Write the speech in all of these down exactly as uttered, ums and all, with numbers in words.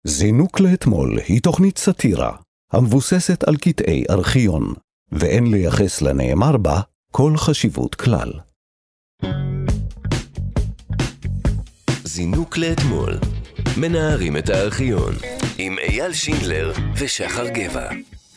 זינוק לאתמול היא תוכנית סאטירה, המבוססת על קטעי ארכיון, ואין לייחס לנאמר בה כל חשיבות כלל. זינוק לאתמול, מנערים את הארכיון, עם אייל שינדלר ושחר גבע.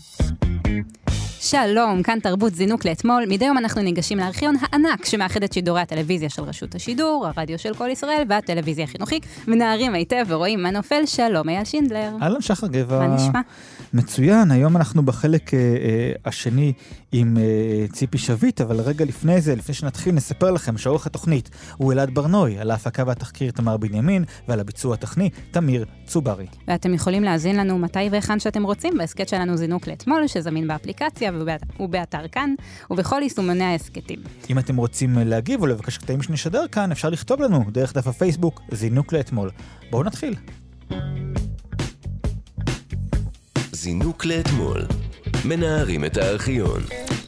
שלום, כאן תרבות זינוק לאתמול. מדי יום אנחנו ניגשים לארכיון הענק שמאחד את שידורי הטלוויזיה של רשות השידור, הרדיו של כל ישראל והטלוויזיה החינוכית. מנערים היטב ורואים מה נופל. שלום, אייל שינדלר. אהלן שחר גבע. מה נשמע? מצוין, היום אנחנו בחלק אה, אה, השני עם אה, ציפי שביט, אבל רגע לפני זה, לפני שנתחיל, נספר לכם שעורך התוכנית הוא אלעד ברנוי, על ההפקה והתחקיר תמר בנימין, ועל הביצוע הטכני תמיר צוברי. ואתם יכולים להזין לנו מתי והיכן שאתם רוצים, בהסקט שלנו זינוק לאתמול, שזמין באפליקציה ובאתר כאן, ובכל יישומוני ההסקטים. אם אתם רוצים להגיב או לבקש קטעים שנשדר כאן, אפשר לכתוב לנו דרך דף הפייסבוק, זינוק לאתמול. בואו נתחיל. זינוק לאתמול, מנערים את הארכיון.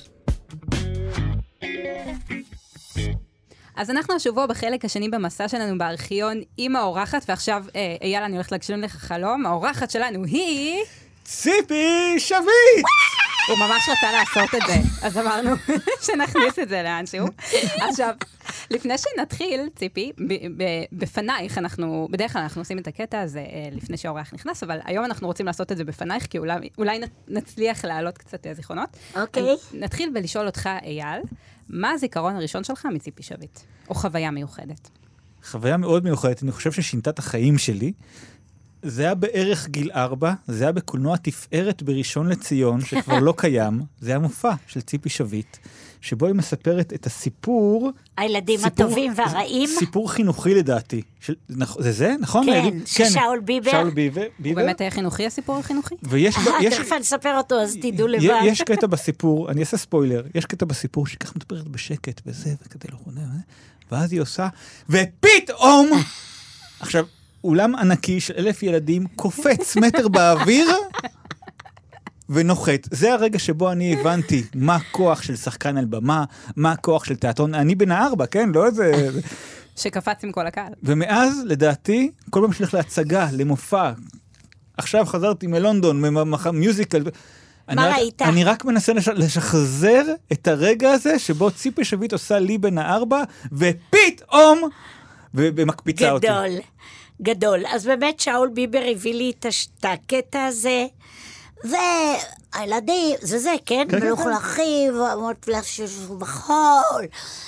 אז אנחנו השבוע בחלק השני במסע שלנו בארכיון עם האורחת, ועכשיו, אה, אייל, אני הולכת להגשים לך חלום. האורחת שלנו היא... ציפי שביט! הוא ממש רצה לעשות את זה, אז אמרנו שנכניס את זה לאנשהו. עכשיו, לפני שנתחיל, ציפי, ב- ב- בפנייך, אנחנו, בדרך כלל אנחנו עושים את הקטע הזה לפני שהאורח נכנס, אבל היום אנחנו רוצים לעשות את זה בפנייך, כי אולי, אולי נצליח להעלות קצת זיכרונות. אוקיי. Okay. נתחיל בלשאול אותך, אייל, מה הזיכרון הראשון שלך מציפי שביט? או חוויה מיוחדת? חוויה מאוד מיוחדת, אני חושב ששינתה את החיים שלי. זה היה בערך גיל ארבע, זה היה בקולנוע תפארת בראשון לציון, שכבר לא קיים. זה היה מופע של ציפי שביט, שבו היא מספרת את הסיפור... הילדים סיפור, הטובים והרעים. סיפור חינוכי לדעתי. של, זה זה? נכון? כן, הילדים, של כן, שאול ביבר. שאול ביבר. הוא באמת היה חינוכי, הסיפור החינוכי? ויש... יש, תכף אני אספר אותו, אז תדעו לבד. יש קטע בסיפור, אני אעשה ספוילר, יש קטע בסיפור שכך מדברת בשקט וזה, וכדי לא חונה, ואז היא עושה, ופתאום... עכשיו... אולם ענקי של אלף ילדים קופץ מטר באוויר ונוחת. זה הרגע שבו אני הבנתי מה הכוח של שחקן על במה, מה הכוח של תיאטרון. אני בן הארבע, כן? לא איזה... שקפץ עם כל הקהל. ומאז, לדעתי, כל פעם שלך להצגה, למופע, עכשיו חזרתי מלונדון, מיוזיקל... מה ראית? אני רק מנסה לשחזר את הרגע הזה שבו ציפי שביט עושה לי בן הארבע, ופתאום, ומקפיצה אותי. גדול. גדול. אז באמת שאול ביבר הביא לי את הקטע הזה, והילדים, זה זה, כן? מלוכלכים, ומלוכלכים בחול,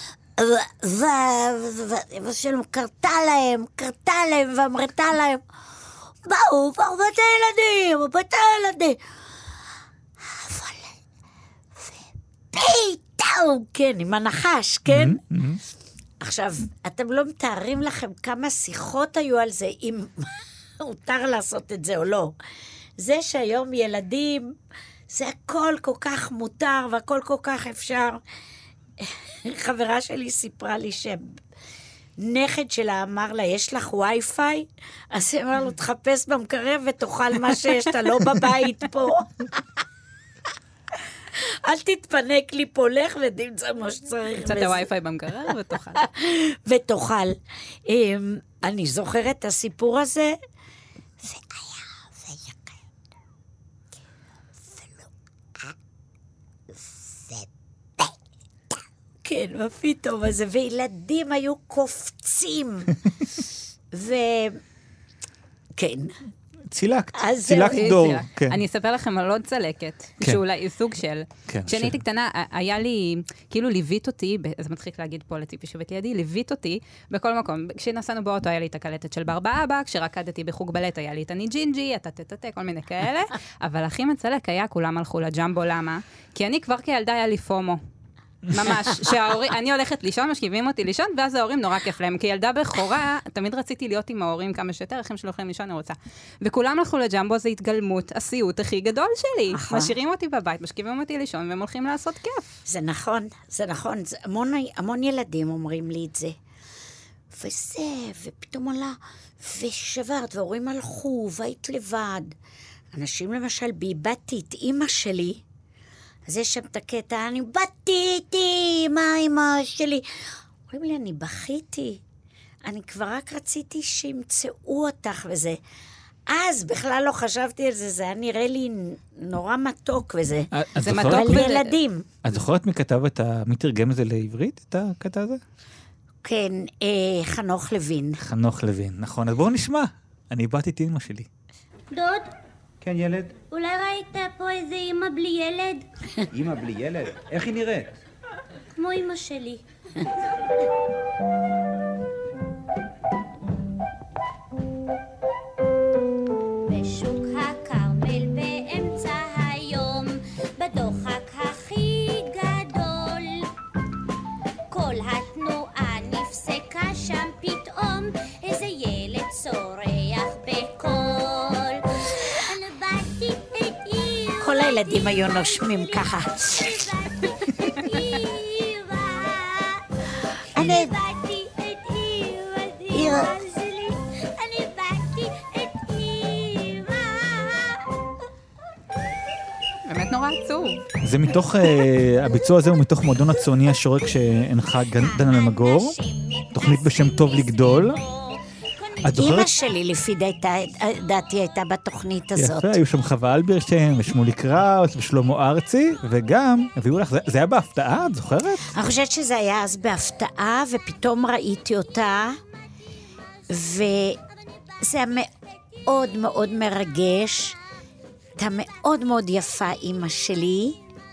ושלום קרתה להם, קרתה להם, ואמרתה להם, באו, באו בית הילדים, בית הילדים. אבל, ופתאום, כן, עם הנחש, כן? עכשיו, אתם לא מתארים לכם כמה שיחות היו על זה, אם מותר לעשות את זה או לא. זה שהיום ילדים, זה הכל כל כך מותר, והכל כל כך אפשר. חברה שלי סיפרה לי שנכד שלה אמר לה, יש לך וי-פיי? אז היא אמרה לו, תחפש במקרב ותאכל מה שיש, אתה לא בבית פה. אל תתפנק לי פה, לך ותמצא מה שצריך. קצת הווי-פיי במקרר ותאכל. ותאכל. אני זוכרת את הסיפור הזה, זה היה, זה יקר. ולא, ובטח. כן, ופתאום הזה, וילדים היו קופצים. וכן. צילקת, צילקת דור. אני אספר לכם על עוד צלקת, שאולי סוג של... כשאני הייתי קטנה, היה לי, כאילו ליווית אותי, זה מצחיק להגיד פה לציפי שביט לידי, ליווית אותי בכל מקום. כשנסענו באוטו היה לי את הקלטת של ברבא אבא, כשרקדתי בחוג בלט היה לי את אני ג'ינג'י, אתה תתתה, כל מיני כאלה, אבל הכי מצלק היה, כולם הלכו לג'מבו, למה? כי אני כבר כילדה היה לי פומו. ממש, שאני הולכת לישון, משכיבים אותי לישון, ואז ההורים נורא כיף להם. כי ילדה בכורה, תמיד רציתי להיות עם ההורים כמה שיותר, אחים שלא יכולים לישון, אני רוצה. וכולם הלכו לג'מבו, זה התגלמות, הסיוט הכי גדול שלי. משאירים אותי בבית, משכיבים אותי לישון, והם הולכים לעשות כיף. זה נכון, זה נכון. המון, המון ילדים אומרים לי את זה. וזה, ופתאום עלה, ושברת, וההורים הלכו, והיית לבד. אנשים למשל, באיבדתי את אמא שלי, אז יש שם את הקטע, אני באתי איתי, מה אמא שלי? אומרים לי, אני בכיתי, אני כבר רק רציתי שימצאו אותך וזה. אז בכלל לא חשבתי על זה, זה היה נראה לי נורא מתוק וזה. זה מתוק על ילדים. את זוכרת מי כתב את ה... מי תרגם את זה לעברית, את הקטע הזה? כן, חנוך לוין. חנוך לוין, נכון. אז בואו נשמע. אני באתי את אמא שלי. דוד? כן, ילד? אולי ראית פה איזה אמא בלי ילד? אמא בלי ילד? איך היא נראית? כמו אמא שלי. בשוק הכרמל באמצע היום, בדוחק הכי גדול, כל התנועה נפסקה שם פתאום, איזה ילד צורח בקול. אני באתי את אמא. כל הילדים היו נושמים ככה. אני באתי את אמא, אמא שלי. אני באתי את אמא. באמת נורא עצוב. זה מתוך, הביצוע הזה הוא מתוך מועדון הצועני השורק שהנחה דן אלמגור, תוכנית בשם טוב לגדול. אמא שלי לפי דעתי הייתה בתוכנית הזאת. יפה, היו שם חווה אלברשטיין ושמולי קראוס ושלמה ארצי, וגם הביאו לך, זה היה בהפתעה, את זוכרת? אני חושבת שזה היה אז בהפתעה, ופתאום ראיתי אותה, וזה היה מאוד מאוד מרגש, הייתה מאוד מאוד יפה אמא שלי,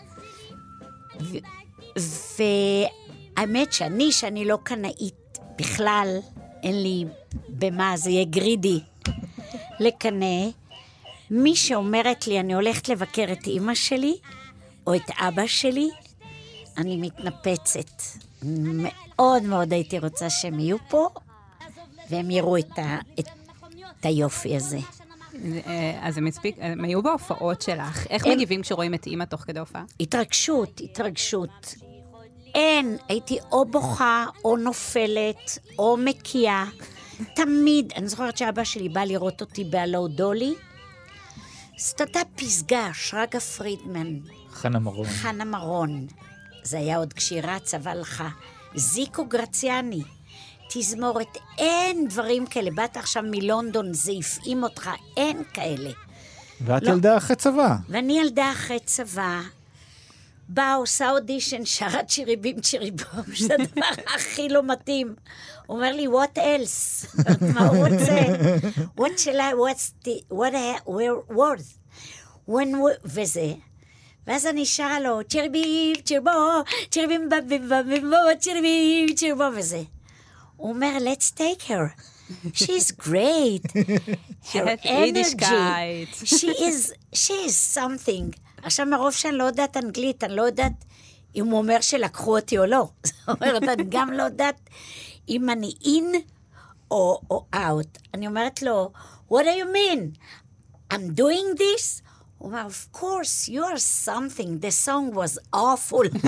והאמת שאני, שאני לא קנאית בכלל, אין לי במה, זה יהיה גרידי לקנה. מי שאומרת לי, אני הולכת לבקר את אמא שלי, או את אבא שלי, אני מתנפצת. מאוד מאוד הייתי רוצה שהם יהיו פה, והם יראו את, ה, את, את היופי הזה. אז הם מספיק, הם היו בהופעות שלך. איך הם... מגיבים כשרואים את אמא תוך כדי הופעה? התרגשות, התרגשות. אין, הייתי או בוכה, או נופלת, או מקיאה. תמיד, אני זוכרת שאבא שלי בא לראות אותי בהלו דולי. זאת אותה פסגה, שרגא פרידמן. חנה מרון. חנה מרון. זה היה עוד כשהיא רצה והלכה. זיקו גרציאני. תזמורת, אין דברים כאלה. באת עכשיו מלונדון, זה יפעים אותך, אין כאלה. ואת לא. ילדה אחרי צבא. ואני ילדה אחרי צבא. באה, עושה אודישן, שרת צ'יריבים צ'יריבום, שזה הדבר הכי לא מתאים. הוא אומר לי, what else? מה הוא רוצה? What shall I, what's the, what I, where, words? When, וזה. ואז אני שרה לו, צ'יריבים, צ'יריבו, צ'יריבים, בבים, בבים, צ'יריבים, צ'יריבו, וזה. הוא אומר, let's take her. She's great. Her energy. She is, she is something. עכשיו מרוב שאני לא יודעת אנגלית, אני לא יודעת אם הוא אומר שלקחו אותי או לא. זאת אומרת, אני גם לא יודעת אם אני in או, או out. אני אומרת לו, what do you mean? I'm doing this? הוא אומר, of course, you are something. The song was awful.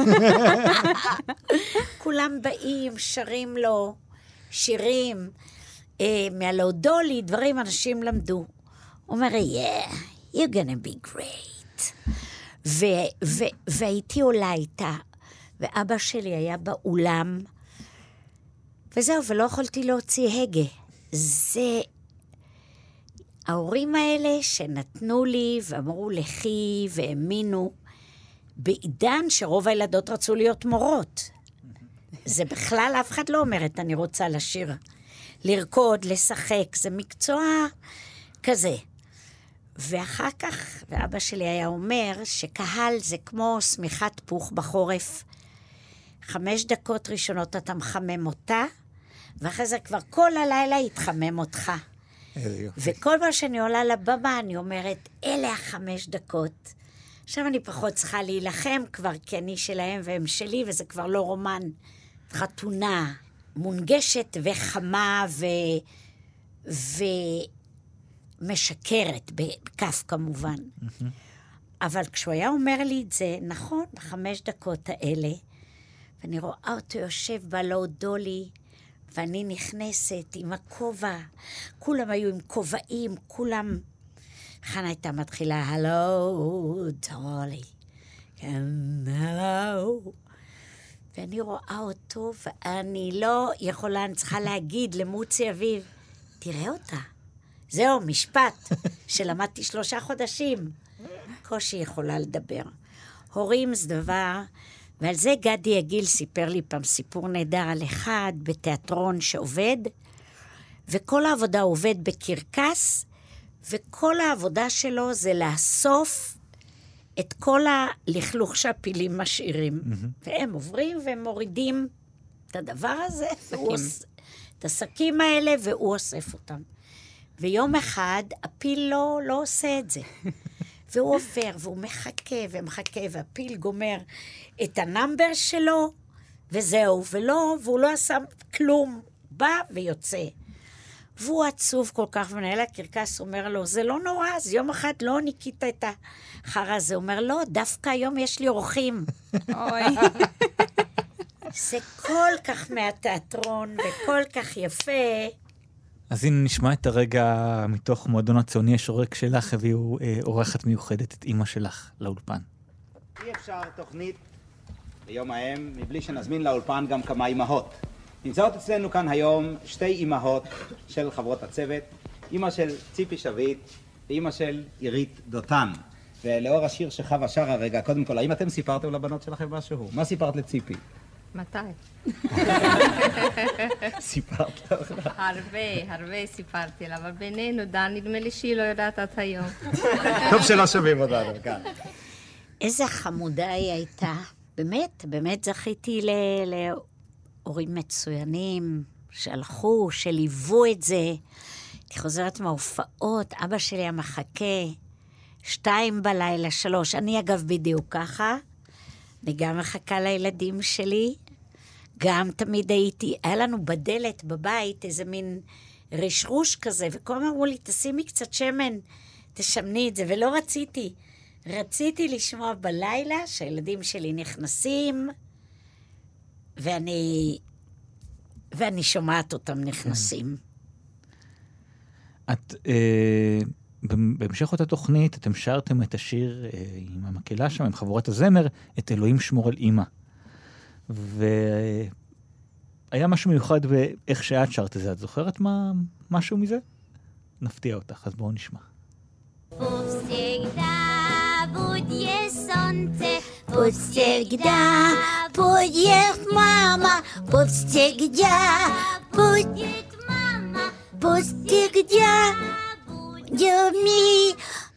כולם באים, שרים לו, שירים, אה, מהלו דולי, דברים אנשים למדו. הוא אומר, yeah, you're gonna be great. ו- ו- והייתי עולה איתה, ואבא שלי היה באולם, וזהו, ולא יכולתי להוציא הגה. זה ההורים האלה שנתנו לי ואמרו לכי והאמינו, בעידן שרוב הילדות רצו להיות מורות. זה בכלל אף אחד לא אומרת, אני רוצה לשיר, לרקוד, לשחק, זה מקצוע כזה. ואחר כך, ואבא שלי היה אומר שקהל זה כמו סמיכת פוך בחורף. חמש דקות ראשונות אתה מחמם אותה, ואחרי זה כבר כל הלילה יתחמם אותך. וכל מה שאני עולה לבמה, אני אומרת, אלה החמש דקות. עכשיו אני פחות צריכה להילחם כבר, כי אני שלהם והם שלי, וזה כבר לא רומן. חתונה מונגשת וחמה ו... ו... משקרת, בכף כמובן. Mm-hmm. אבל כשהוא היה אומר לי את זה, נכון, חמש דקות האלה, ואני רואה אותו יושב בלו דולי, ואני נכנסת עם הכובע, כולם היו עם כובעים, כולם... חנה הייתה מתחילה, הלו, דולי, כן, הלו. ואני רואה אותו, ואני לא יכולה, אני צריכה להגיד למוצי אביב, תראה אותה. זהו, משפט, שלמדתי שלושה חודשים. קושי יכולה לדבר. הורים זה דבר, ועל זה גדי יגיל סיפר לי פעם סיפור נהדר על אחד בתיאטרון שעובד, וכל העבודה עובד בקרקס, וכל העבודה שלו זה לאסוף את כל הלכלוך שהפילים משאירים. Mm-hmm. והם עוברים והם מורידים את הדבר הזה, אוס... את השקים האלה, והוא אוסף אותם. ויום אחד הפיל לא, לא עושה את זה. והוא עובר, והוא מחכה ומחכה, והפיל גומר את הנאמבר שלו, וזהו, ולא, והוא לא עשה כלום. בא ויוצא. והוא עצוב כל כך, ומנהל הקרקס אומר לו, זה לא נורא, אז יום אחד לא ניקית את החר הזה. הוא אומר, לא, דווקא היום יש לי אורחים. אוי. זה כל כך מהתיאטרון, וכל כך יפה. אז הנה נשמע את הרגע מתוך מועדון הציוני השורק שלך, הביאו אה, אורחת מיוחדת, את אמא שלך, לאולפן. אי אפשר תוכנית ליום האם, מבלי שנזמין לאולפן גם כמה אמהות. נמצאות אצלנו כאן היום שתי אמהות של חברות הצוות, אמא של ציפי שביט ואמא של עירית דותן. ולאור השיר שחווה שר הרגע, קודם כל, האם אתם סיפרתם לבנות שלכם משהו? מה סיפרת לציפי? מתי? סיפרת לה? הרבה, הרבה סיפרתי לה, אבל בינינו, דן, נדמה לי שהיא לא יודעת עד היום. טוב שלא שומעים אותנו, כאן. איזה חמודה היא הייתה. באמת, באמת זכיתי ל... להורים מצוינים, שהלכו, שליוו את זה. אני חוזרת מההופעות, אבא שלי היה מחכה, שתיים בלילה, שלוש. אני אגב בדיוק ככה. אני גם מחכה לילדים שלי, גם תמיד הייתי, היה לנו בדלת בבית איזה מין רשרוש כזה, וכל הזמן אמרו לי, תשימי קצת שמן, תשמני את זה, ולא רציתי. רציתי לשמוע בלילה שהילדים שלי נכנסים, ואני, ואני שומעת אותם נכנסים. את... אה... בהמשך אותה תוכנית, אתם שרתם את השיר אה, עם המקהלה שם, עם חבורת הזמר, את אלוהים שמור על אמא. והיה משהו מיוחד באיך שאת שרת את זה. את זוכרת מה, משהו מזה? נפתיע אותך, אז בואו נשמע. Повсегда будет мама, повсегда будет мама, повсегда יומי,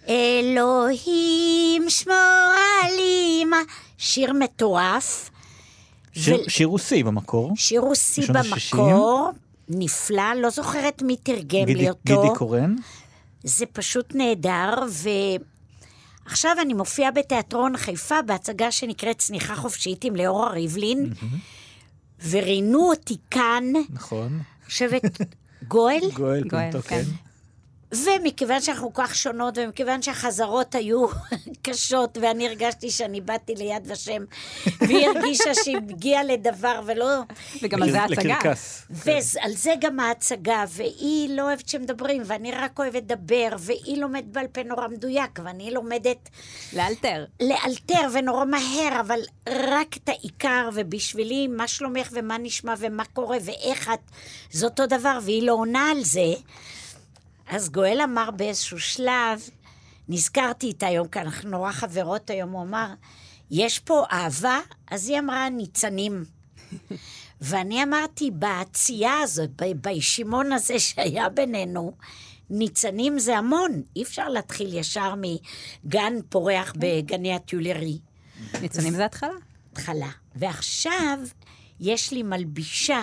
אלוהים שמור על אמא. שיר מטורף. שיר, ו... שיר רוסי במקור. שיר רוסי במקור. נפלא, לא זוכרת מי תרגם גידי, לי אותו. גידי קורן. זה פשוט נהדר, ועכשיו אני מופיעה בתיאטרון חיפה, בהצגה שנקראת צניחה חופשית עם ליאורה ריבלין, mm-hmm. וראינו אותי כאן. נכון. חושבת, גואל? גואל, גואל, כן. ומכיוון שאנחנו כל כך שונות, ומכיוון שהחזרות היו קשות, ואני הרגשתי שאני באתי ליד ושם, והיא הרגישה שהיא הגיעה לדבר, ולא... וגם על זה ההצגה. ועל זה גם ההצגה, והיא לא אוהבת שמדברים, ואני רק אוהבת לדבר, והיא לומדת בעל פה נורא מדויק, ואני לומדת... לאלתר. לאלתר, ונורא מהר, אבל רק את העיקר, ובשבילי, מה שלומך, ומה נשמע, ומה קורה, ואיך את, זה אותו דבר, והיא לא עונה על זה. אז גואל אמר באיזשהו שלב, נזכרתי איתה היום, כי אנחנו נורא חברות היום, הוא אמר, יש פה אהבה? אז היא אמרה, ניצנים. ואני אמרתי, בעצייה הזאת, בישימון הזה שהיה בינינו, ניצנים זה המון. אי אפשר להתחיל ישר מגן פורח בגני הטיולרי. ניצנים זה התחלה. התחלה. ועכשיו יש לי מלבישה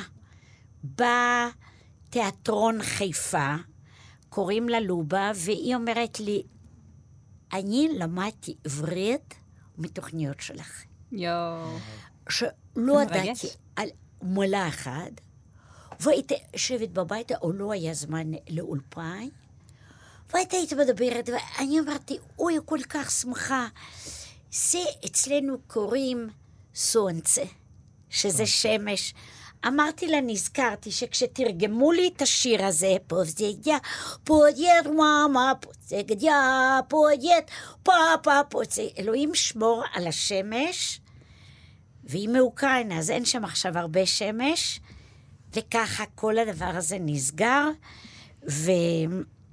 בתיאטרון חיפה, קוראים לה לובה, והיא אומרת לי, אני למדתי עברית מתוכניות שלך. יואו. שלא ידעתי על מילה אחת, והייתי יושבת בבית, או לא היה זמן לאולפן, והייתי הייתי מדברת, ואני אמרתי, אוי, כל כך שמחה. זה אצלנו קוראים סונצה, שזה שמש. אמרתי לה, נזכרתי שכשתרגמו לי את השיר הזה, פוסגדיה, פודיית מאמה, פוסגדיה, פודיית, פאפה, פוסגדיה, אלוהים שמור על השמש, והיא מאוקראינה, אז אין שם עכשיו הרבה שמש, וככה כל הדבר הזה נסגר,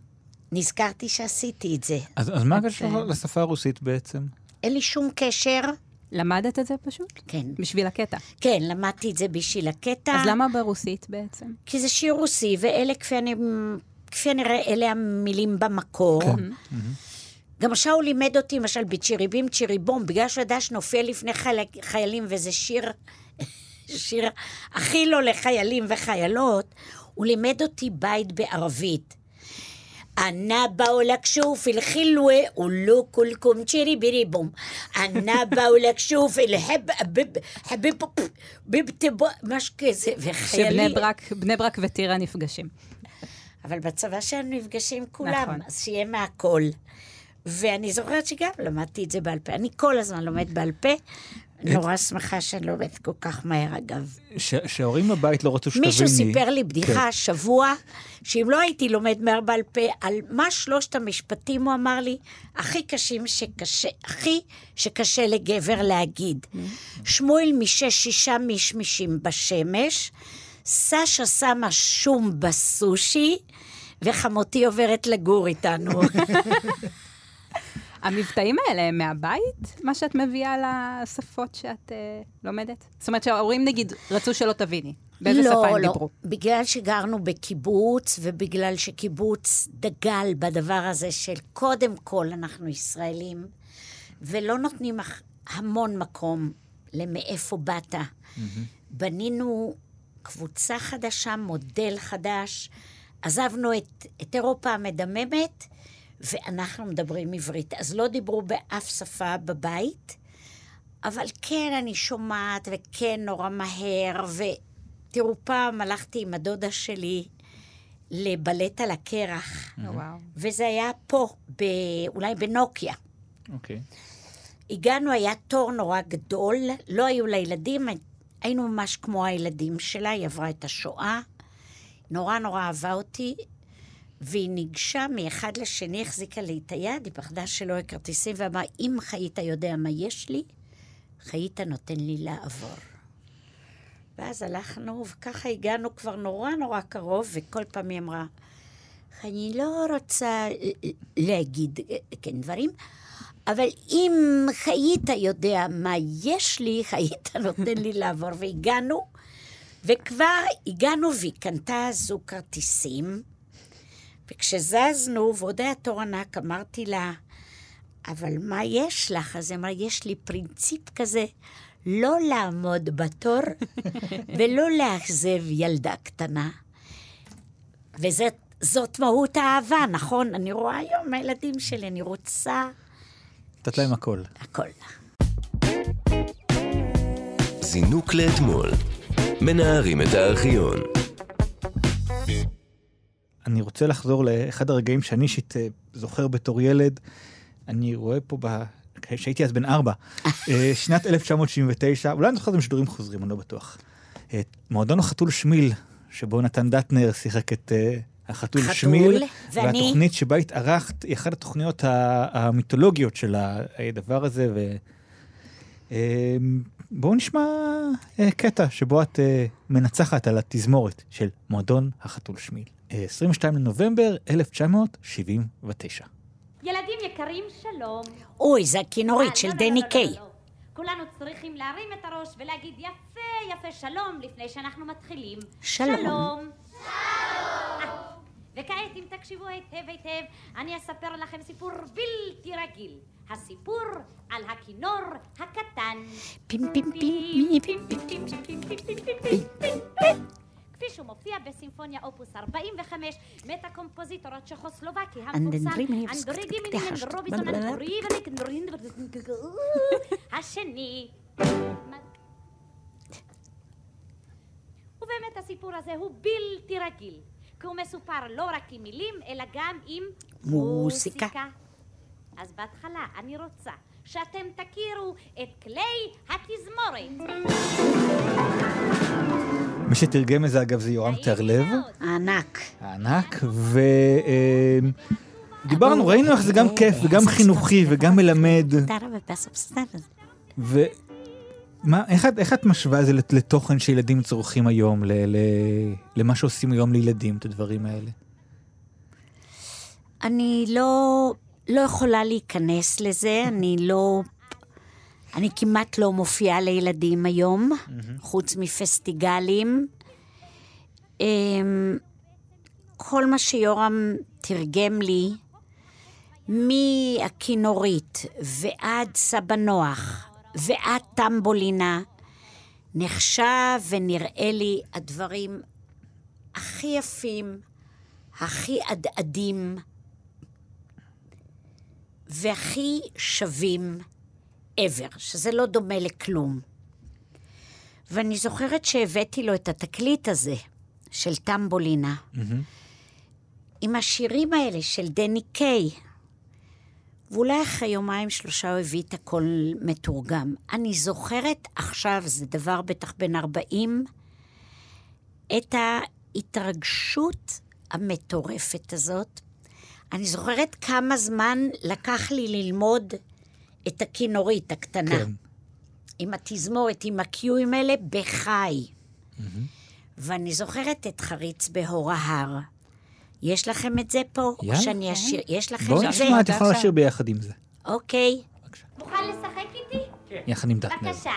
נזכרתי שעשיתי את זה. אז, אז מה הקשר לשפה הרוסית בעצם? אין לי שום קשר. למדת את זה פשוט? כן. בשביל הקטע? כן, למדתי את זה בשביל הקטע. אז למה ברוסית בעצם? כי זה שיר רוסי, ואלה כפי אני, כפי הנראה, אלה המילים במקור. כן. גם שאול לימד אותי, למשל, בצ'יריבים, צ'יריבום, בגלל שידע שנופיע לפני חייל, חיילים, וזה שיר, שיר הכי לא לחיילים וחיילות, הוא לימד אותי בית בערבית. أنا بقولك شوف الخلوة قولوا كلكم تشيري بريبوم أنا بقولك شوف الحب حبيب حبيب بيبتب مش كذا שבני ברק, בני ברק וטירה נפגשים. אבל בצבא שלנו נפגשים כולם, נכון. אז שיהיה מהכל. ואני זוכרת שגם למדתי את זה בעל פה. אני כל הזמן לומד בעל פה. נורא שמחה שאני לומד כל כך מהר, אגב. שההורים בבית לא רצו שתביני. מישהו סיפר לי בדיחה שבוע, שאם לא הייתי לומד מהר בעל פה, על מה שלושת המשפטים, הוא אמר לי, הכי קשים שקשה, הכי שקשה לגבר להגיד. שמואל מישש שישה משמשים בשמש, סשה שמה שום בסושי, וחמותי עוברת לגור איתנו. המבטאים האלה הם מהבית? מה שאת מביאה לשפות שאת uh, לומדת? זאת אומרת שההורים נגיד רצו שלא תביני. באיזה לא, שפה הם לא. דיברו? בגלל שגרנו בקיבוץ, ובגלל שקיבוץ דגל בדבר הזה של קודם כל אנחנו ישראלים, ולא נותנים המון מקום למאיפה באת. Mm-hmm. בנינו קבוצה חדשה, מודל חדש, עזבנו את, את אירופה המדממת, ואנחנו מדברים עברית. אז לא דיברו באף שפה בבית, אבל כן אני שומעת, וכן נורא מהר, ותראו פעם הלכתי עם הדודה שלי לבלט על הקרח, וואו. וזה היה פה, ב, אולי בנוקיה. אוקיי. הגענו, היה תור נורא גדול, לא היו לילדים, היינו ממש כמו הילדים שלה, היא עברה את השואה, נורא נורא אהבה אותי, והיא ניגשה מאחד לשני, החזיקה לי את היד, היא פחדה שלא יהיו כרטיסים, ואמרה, אם חיית יודע מה יש לי, חיית נותן לי לעבור. ואז הלכנו, וככה הגענו כבר נורא נורא קרוב, וכל פעם היא אמרה, אני לא רוצה להגיד כן דברים, אבל אם חיית יודע מה יש לי, חיית נותן לי לעבור. והגענו, וכבר הגענו, והיא קנתה זוג כרטיסים, וכשזזנו, ועוד היה תור ענק, אמרתי לה, אבל מה יש לך? אז היא אמרה, יש לי פרינציפ כזה, לא לעמוד בתור, ולא לאכזב ילדה קטנה. וזאת מהות האהבה, נכון? אני רואה היום הילדים שלי, אני רוצה... נתת להם הכל. הכל. זינוק לאתמול. מנערים את הארכיון. אני רוצה לחזור לאחד הרגעים שאני אישית זוכר בתור ילד. אני רואה פה, ב... שהייתי אז בן ארבע, שנת אלף תשע מאות שבעים ותשע, אולי אני זוכר את המשדורים חוזרים, אני לא בטוח. מועדון החתול שמיל, שבו נתן דטנר שיחק את החתול חתול, שמיל, ואני... והתוכנית שבה התארחת, היא אחת התוכניות המיתולוגיות של הדבר הזה, ו... בואו נשמע קטע שבו את מנצחת על התזמורת של מועדון החתול שמיל. עשרים ושניים לנובמבר אלף תשע מאות שבעים ותשע. ילדים יקרים, שלום. אוי, זה הכינורית של דני קיי. כולנו צריכים להרים את הראש ולהגיד יפה יפה שלום לפני שאנחנו מתחילים. שלום. שלום. וכעת אם תקשיבו היטב היטב, אני אספר לכם סיפור בלתי רגיל. הסיפור על הכינור הקטן. פים פים פים פים פים פים פים פים פים. כפי שהוא מופיע בסימפוניה אופוס ארבעים וחמש, מאת הקומפוזיטור הצ'כוסלובקי המפורסם אנדרי דימינין רוביסון אנדרי השני. ובאמת הסיפור הזה הוא בלתי רגיל, כי הוא מסופר לא רק עם מילים, אלא גם עם מוסיקה. אז בהתחלה אני רוצה שאתם תכירו את כלי התזמורת. מי שתרגם את זה, אגב, זה יורם תרלב. הענק. הענק, ודיברנו, ראינו איך זה גם כיף וגם חינוכי וגם מלמד. ואיך את משווה את זה לתוכן שילדים צורכים היום, למה שעושים היום לילדים, את הדברים האלה? אני לא, לא יכולה להיכנס לזה, אני לא, אני כמעט לא מופיעה לילדים היום, mm-hmm. חוץ מפסטיגלים. כל מה שיורם תרגם לי, מהכינורית ועד סבא נוח ועד טמבולינה, נחשב ונראה לי הדברים הכי יפים, הכי עדעדים, והכי שווים ever, שזה לא דומה לכלום. ואני זוכרת שהבאתי לו את התקליט הזה, של טמבולינה, mm-hmm. עם השירים האלה של דני קיי, ואולי אחרי יומיים שלושה הוא הביא את הכל מתורגם. אני זוכרת עכשיו, זה דבר בטח בין ארבעים, את ההתרגשות המטורפת הזאת. אני זוכרת כמה זמן לקח לי ללמוד את הכינורית הקטנה. כן. עם התזמורת, עם הקיואים האלה, בחי. Mm-hmm. ואני זוכרת את חריץ בהור ההר. יש לכם את זה פה? יאללה. או שאני אשיר? יש לכם בואו את זה? נשמע, את יכולה לשיר ביחד עם זה. אוקיי. בבקשה. מוכן לשחק איתי? כן. יחד עם דטנר. בבקשה.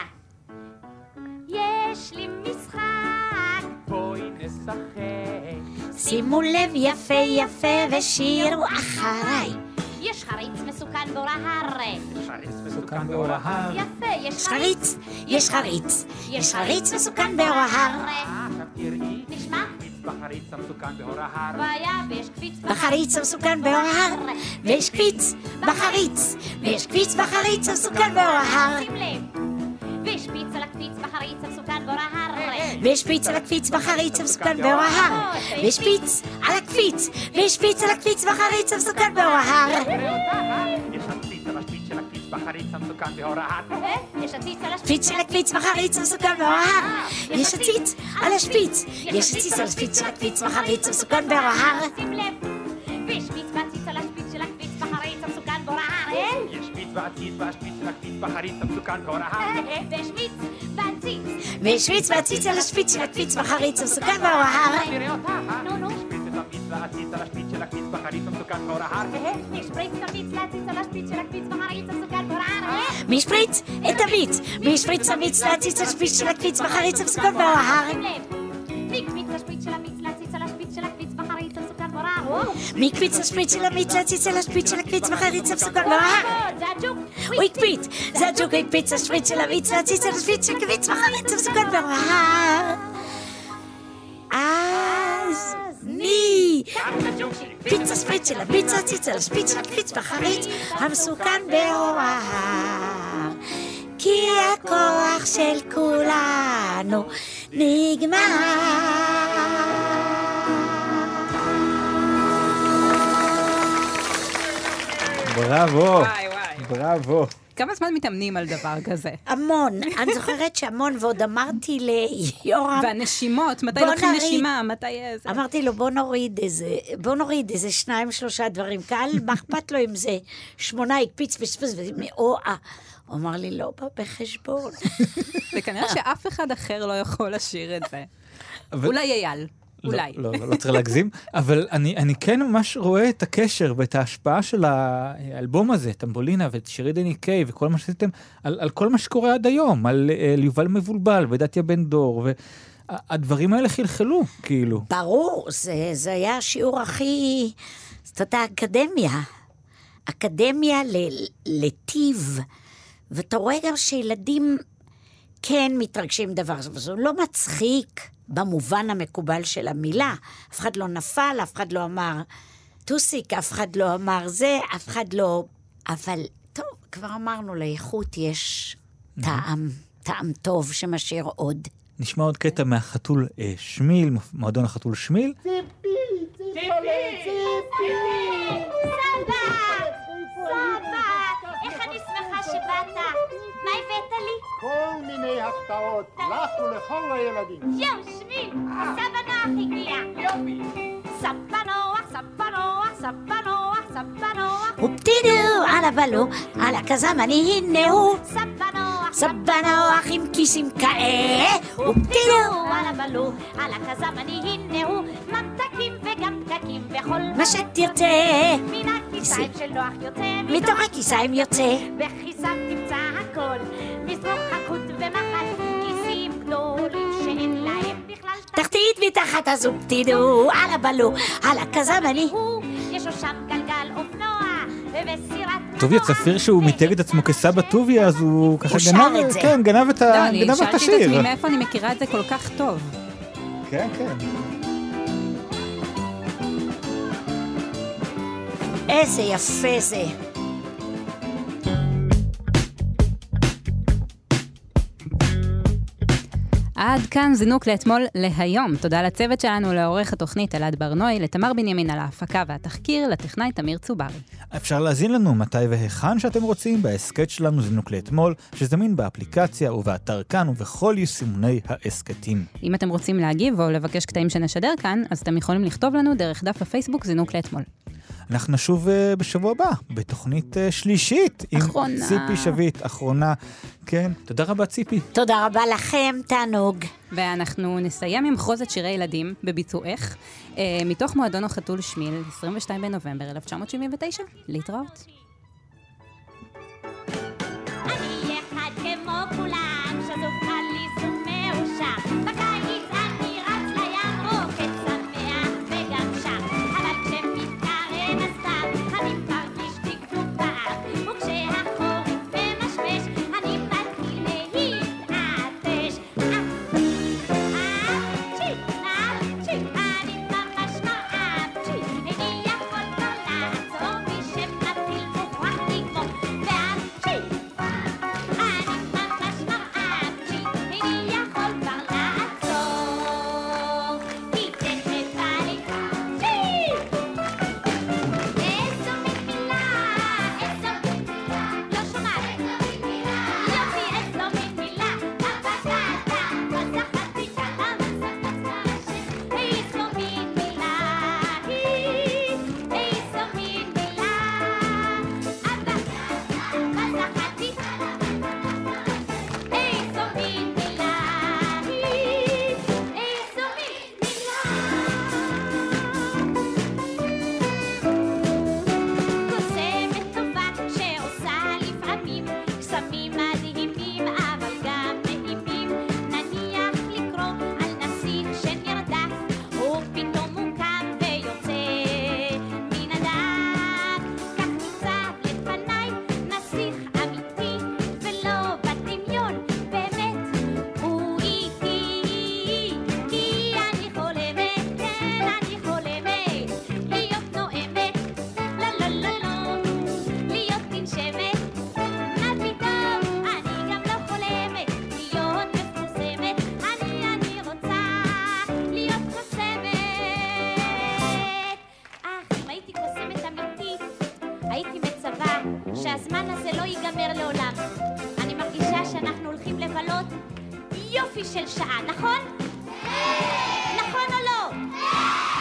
יש לי משחק. בואי נשחק. שימו לב יפה יפה ושירו אחריי. יש חריץ מסוכן באור ההר. יש חריץ מסוכן באור ההר. יפה, יש יש חריץ, יש חריץ, יש חריץ מסוכן באור ההר. עכשיו תראי. נשמע? בחריץ המסוכן באור ההר. והיה ויש קפיץ בחריץ המסוכן באור ההר, ויש קפיץ בחריץ, ויש קפיץ בחריץ המסוכן באור ההר. שים לב. ויש פיץ על הקפיץ בחריץ המסוכן באור ההר. ויש פיץ על הקפיץ בחריץ המסוכן באור ההר. ויש פיץ על הקפיץ, ויש פיץ על הקפיץ בחריץ המסוכן באור ההר. יש הציץ על השפיץ של הקפיץ בחריץ המסוכן באור ההר. יש הציץ על פיץ של הקפיץ בחריץ המסוכן באור ההר. יש הציץ על השפיץ, יש הציץ על השפיץ של הקפיץ בחריץ המסוכן באור ההר. שים לב. ויש פיץ והציץ על השפיץ של הקפיץ בחריץ המסוכן באור ההר. יש פיץ והציץ והשפיץ של הקפיץ בחריץ המסוכן באור ההר. ויש מיץ והציץ. ויש פיץ והציץ על השפיץ של הקפיץ בחריץ המסוכן באור ההר. תראה אותה. נו נו. יש פיץ והציץ והציץ על השפיץ של הקפיץ בחריץ המסוכן באור ההר. יש פריץ והמיץ להציץ על השפיץ של הקפיץ בחריץ המסוכן באור ההר. מי שפריץ את המיץ, מי שפריץ המיץ להציץ על השפיץ של הקפיץ בחריץ המסוכן באור ההר. שים לב. מי קפיץ השפיץ של המיץ להציץ על השפיץ של הקפיץ בחריץ המסוכן באור ההר. מי קפיץ השפיץ של המיץ להציץ על השפיץ של הקפיץ בחריץ המסוכן באור ההר. זה הג'וק. הוא הקפיץ, זה הג'וק, הוא הקפיץ השפיץ של המיץ להציץ על השפיץ של הקפיץ בחריץ המסוכן באור ההר. אז מי קפיץ השפיץ של המיץ להציץ על השפיץ של הקפיץ בחריץ המסוכן באור ההר. כי הכוח של כולנו נגמר. בראבו, בראבו. כמה זמן מתאמנים על דבר כזה? המון, אני זוכרת שהמון, ועוד אמרתי ליורם... והנשימות, מתי לוקחים נשימה, מתי איזה? אמרתי לו, בוא נוריד איזה, בוא נוריד איזה שניים, שלושה דברים. קהל, מה אכפת לו עם זה? שמונה, הקפיץ וספס, או אה. הוא אמר לי, לא בא בחשבון. וכנראה שאף אחד אחר לא יכול לשיר את זה. אולי אייל. אולי. לא, לא, לא צריך להגזים, אבל אני, אני כן ממש רואה את הקשר ואת ההשפעה של האלבום הזה, טמבולינה ואת שירי דני קיי וכל מה שעשיתם, על, על כל מה שקורה עד היום, על, על יובל מבולבל ודתיה בן דור, והדברים האלה חלחלו, כאילו. ברור, זה, זה היה השיעור הכי, זאת אומרת, האקדמיה. אקדמיה לטיב, ואתה רואה גם שילדים כן מתרגשים דבר, זה לא מצחיק, במובן המקובל של המילה. אף אחד לא נפל, אף אחד לא אמר טוסיק, אף אחד לא אמר זה, אף אחד לא... אבל טוב, כבר אמרנו, לאיכות יש טעם, טעם טוב שמשאיר עוד. נשמע עוד קטע מהחתול שמיל, מועדון החתול שמיל. ציפי! ציפי! ציפי! סבא! סבא! איך אני שמחה שבאת? מה הבאת לי? כל מיני הפתעות, לך ולכל הילדים. יו, שמיל! סבא נוח הגיע! יופי! סבא נוח, סבא נוח, סבא נוח, סבא נוח. ופתידו על הבלו, על הכזמני הנה הוא. סבא נוח, סבא נוח עם כיסים כאלה. ופתידו על הבלו, על הכזמני הנה הוא. ממתקים וגם קדים. ממתקים וכל מה שתרצה. מן הכיסיים של נוח יוצא, מתוך הכיסיים יוצא. בכיסיו תמצא הכל, מסרוך חקות ומחט, כיסים גדולים שאין להם בכלל תחתית מתחת הזוג תדעו, על הבלו, על הכזמני. יש לו שם גלגל אופנוע ובסירת טוביה צפיר שהוא מיתג את עצמו כסבא טוביה, אז הוא ככה גנב, כן, גנב את השיר. לא, אני שאלתי את עצמי מאיפה אני מכירה את זה כל כך טוב. כן, כן. איזה יפה זה. עד כאן זינוק לאתמול להיום. תודה לצוות שלנו, לעורך התוכנית אלעד ברנוי, לתמר בנימין על ההפקה והתחקיר, לטכנאי תמיר צוברי. אפשר להזין לנו מתי והיכן שאתם רוצים בהסקט שלנו זינוק לאתמול, שזמין באפליקציה ובאתר כאן ובכל יישומוני ההסקטים. אם אתם רוצים להגיב או לבקש קטעים שנשדר כאן, אז אתם יכולים לכתוב לנו דרך דף הפייסבוק זינוק לאתמול. אנחנו נשוב uh, בשבוע הבא, בתוכנית uh, שלישית. אחרונה. עם ציפי שביט, אחרונה. כן, תודה רבה ציפי. תודה רבה לכם, תענוג. ואנחנו נסיים עם חוזת שירי ילדים בביצועך, uh, מתוך מועדון החתול שמיל, עשרים ושניים בנובמבר אלף תשע מאות שבעים ותשע. להתראות. אני אחד כמו כולם, שזוף חליס ומאושר. בקיץ אני רץ לים, רוקד שמח וגם שר. אבל כשמתקרב הסתיו, אני מרגיש דקדוק באף. וכשהחורף ממשמש, אני מתחיל להתעטש. אפצ'י, אפצ'י, אני ממש מאפצ'י. איני יכול לא לעצור, מי שמתחיל מוכרח לגמור. ואפצ'י, אני ממש מאפצ'י, איני יכול כבר לעצור. כי תכף בא לי אפצ'י. איזו מין מילה, איזו מין מילה, לא שומעת. יופי, איזו מין מילה, הבגדה, בזחתי קלה, מספץ מהשם. איזו מין מילה היא, איזו מין מילה, הבגדה, בזחתי קלה, איזו מין מילה היא, איזו מין מילה. קוסמת טובה שעושה לפעמים קסמים מדהימים אבל גם נעימים. נניח לקרוא על נסיך שנרדף ופתאום הוא קם ויוצא מן הדף. כך ניצב לפניי נסיך אמיתי ולא בדמיון, באמת הוא איתי. כי אני חולמת, כן אני חולמת, להיות נואמת, לא לא לא לא, להיות ננשמת. מה פתאום, אני גם לא חולמת להיות מפורסמת. אני אני רוצה להיות קוסמת. אך אם הייתי קוסמת אמיתית, הייתי מצווה שהזמן הזה לא ייגמר לעולם. אני מרגישה שאנחנו הולכים לבלות יופי של שעה, נכון? נכון או לא?